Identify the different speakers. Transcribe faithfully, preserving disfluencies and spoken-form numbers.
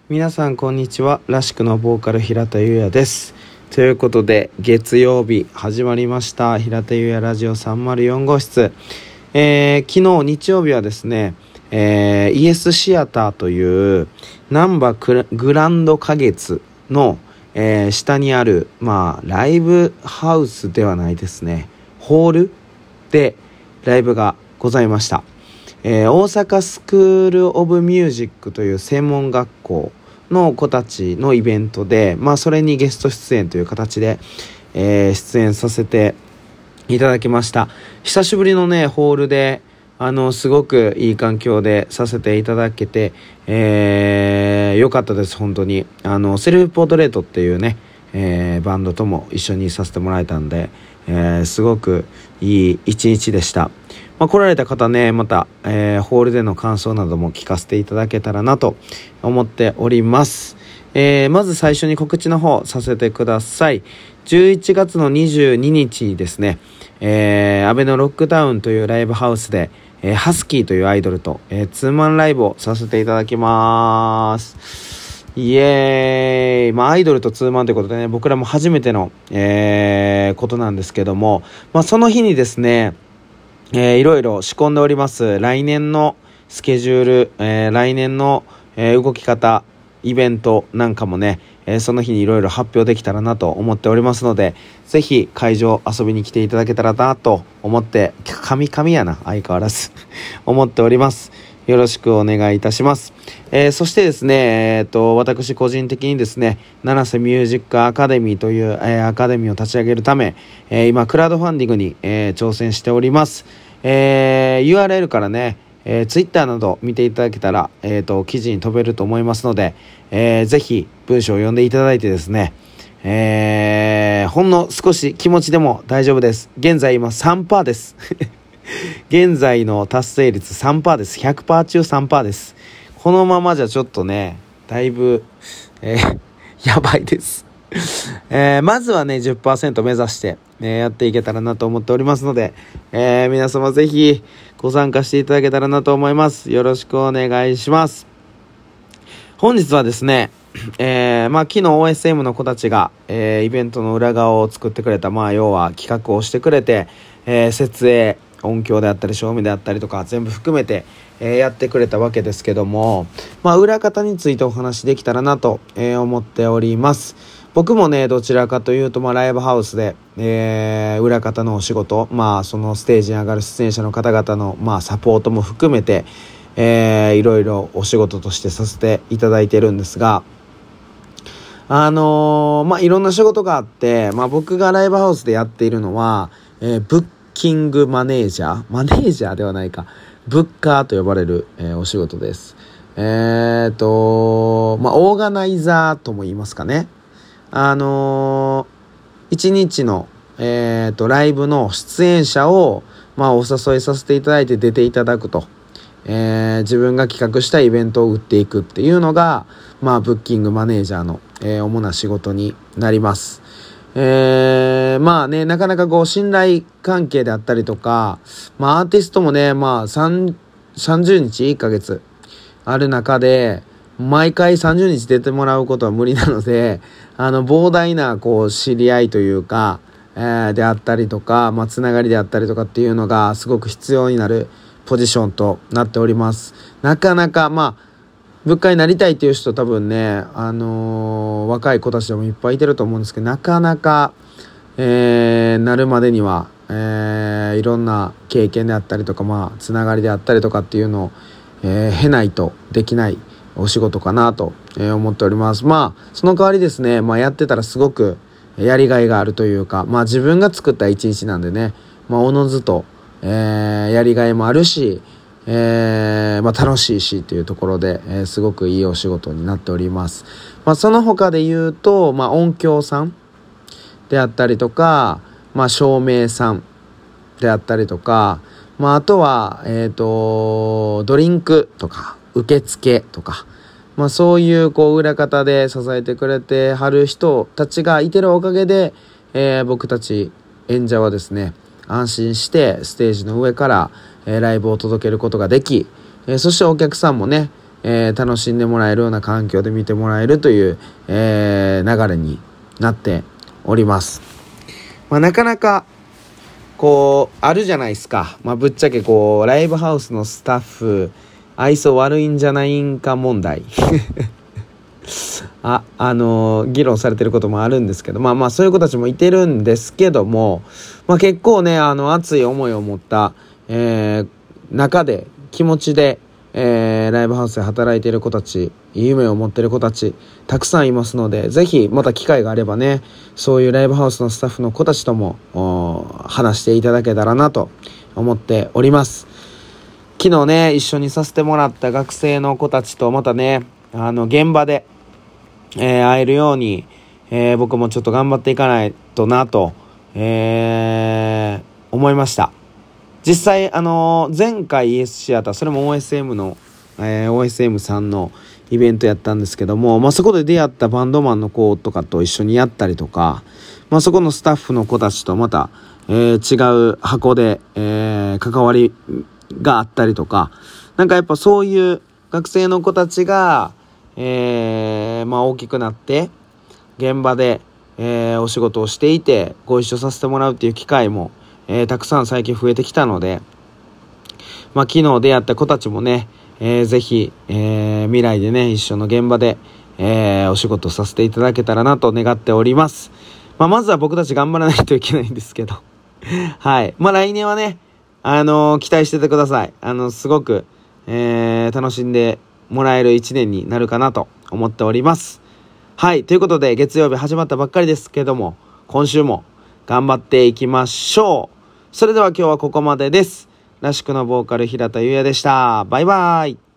Speaker 1: 皆さんこんにちは。らしくのボーカル平田優也です。ということで月曜日始まりました平田優也ラジオさんまるよん号室、えー、昨日日曜日はですね、えー、イエスシアターという難波グランド花月の、えー、下にある、まあ、ライブハウスではないですね、ホールでライブがございました。えー、大阪スクールオブミュージックという専門学校の子たちのイベントで、まあそれにゲスト出演という形で、えー、出演させていただきました。久しぶりのねホールで、あのすごくいい環境でさせていただけて、えー、よかったです。本当にあのセルフポートレートっていうね、えー、バンドとも一緒にさせてもらえたんで、えー、すごくいい一日でした。まあ、来られた方ね、また、えー、ホールでの感想なども聞かせていただけたらなと思っております。えー、まず最初に告知の方させてください。じゅういちがつのにじゅうににちにですね、えー、安倍のロックダウンというライブハウスで、えー、ハスキーというアイドルと、えー、ツーマンライブをさせていただきます。イエーイ。まあアイドルとツーマンということでね、僕らも初めての、えー、ことなんですけども、まあその日にですね、えー、いろいろ仕込んでおります来年のスケジュール、えー、来年の、えー、動き方イベントなんかもね、えー、その日にいろいろ発表できたらなと思っておりますので、ぜひ会場遊びに来ていただけたらなと思って、神々やな相変わらず思っております。よろしくお願いいたします。えー、そしてですね、えー、と私個人的にですね、七瀬ミュージックアカデミーという、えー、アカデミーを立ち上げるため、えー、今クラウドファンディングに、えー、挑戦しております。えー、ユーアールエル からね、えー、Twitter など見ていただけたら、えー、と記事に飛べると思いますので、えー、ぜひ文章を読んでいただいてですね、えー、ほんの少し気持ちでも大丈夫です。現在今 さんパーセント です現在の達成率 さんパーセント です。 ひゃくパーセント 中 さんパーセント です。このままじゃちょっとねだいぶ、えー、やばいです、えー、まずはね じゅっパーセント 目指して、えー、やっていけたらなと思っておりますので、えー、皆様ぜひご参加していただけたらなと思います。よろしくお願いします。本日はですね、えー、まあ昨日 オーエスエム の子たちが、えー、イベントの裏側を作ってくれた、まあ要は企画をしてくれて、えー、設営音響であったり照明であったりとか全部含めて、えー、やってくれたわけですけども、まあ裏方についてお話できたらなと、えー、思っております。僕もねどちらかというと、まあ、ライブハウスで、えー、裏方のお仕事、まあそのステージに上がる出演者の方々の、まあ、サポートも含めて、えー、いろいろお仕事としてさせていただいてるんですが、あのー、まあいろんな仕事があって、まあ僕がライブハウスでやっているのは、えー、ブッキングマネージャーマネージャーではないかブッカーと呼ばれる、えー、お仕事です。えーとまあオーガナイザーとも言いますかね。あのー、一日の、えーとライブの出演者を、まあ、お誘いさせていただいて出ていただくと、えー、自分が企画したイベントを売っていくっていうのが、まあ、ブッキングマネージャーの、えー、主な仕事になります。えー、まあね、なかなかこう信頼関係であったりとか、まあアーティストもね、まあさんじゅうにちいっかげつある中で、毎回さんじゅうにち出てもらうことは無理なので、あの膨大なこう知り合いというか、えー、であったりとか、まあつながりであったりとかっていうのがすごく必要になるポジションとなっております。なかなかまあ部下になりたいっていう人多分ね、あのー、若い子たちでもいっぱいいてると思うんですけど、なかなか、えー、なるまでには、えー、いろんな経験であったりとか、まあつながりであったりとかっていうのを、えー、経ないとできないお仕事かなと思っております。まあその代わりですね、まあやってたらすごくやりがいがあるというか、まあ自分が作った一日なんでね、まあおのずと、えー、やりがいもあるし、えーまあ、楽しいしというところで、えー、すごくいいお仕事になっております。まあ、その他で言うと、まあ、音響さんであったりとか、まあ、照明さんであったりとか、まあ、あとは、えっと、ドリンクとか受付とか、まあ、そういうこう裏方で支えてくれてはる人たちがいてるおかげで、えー、僕たち演者はですね、安心してステージの上から、えー、ライブを届けることができ、えー、そしてお客さんもね、 えー、楽しんでもらえるような環境で見てもらえるという、えー、流れになっております。まあ、なかなかこうあるじゃないですか。まあ、ぶっちゃけこうライブハウスのスタッフ愛想悪いんじゃないんか問題あ、あのー、議論されてることもあるんですけど、まあまあそういう子たちもいてるんですけども、まあ結構ね、あの熱い思いを持った、えー、中で気持ちで、えー、ライブハウスで働いている子たち、夢を持っている子たちたくさんいますので、ぜひまた機会があればね、そういうライブハウスのスタッフの子たちとも話していただけたらなと思っております。昨日ね、一緒にさせてもらった学生の子たちとまたね、あの現場で、えー、会えるように、えー、僕もちょっと頑張っていかないとなと、えー、思いました。実際あのー、前回 イーエス シアター、それも オーエスエム の、えー、オーエスエム さんのイベントやったんですけども、まあ、そこで出会ったバンドマンの子とかと一緒にやったりとか、まあ、そこのスタッフの子たちとまた、えー、違う箱で、えー、関わりがあったりとか、なんかやっぱそういう学生の子たちが、えー、まあ大きくなって現場で、えー、お仕事をしていてご一緒させてもらうっていう機会も、えー、たくさん最近増えてきたので、まあ昨日出会った子たちもね、えー、ぜひ、えー、未来でね一緒の現場で、えー、お仕事させていただけたらなと願っております。まあまずは僕たち頑張らないといけないんですけどはい、まあ来年はね、あのー、期待しててください。あのすごく、えー、楽しんでもらえる一年になるかなと思っております。はい、ということで月曜日始まったばっかりですけども、今週も頑張っていきましょう。それでは今日はここまでです。らしくのボーカル平田優也でした。バイバイ。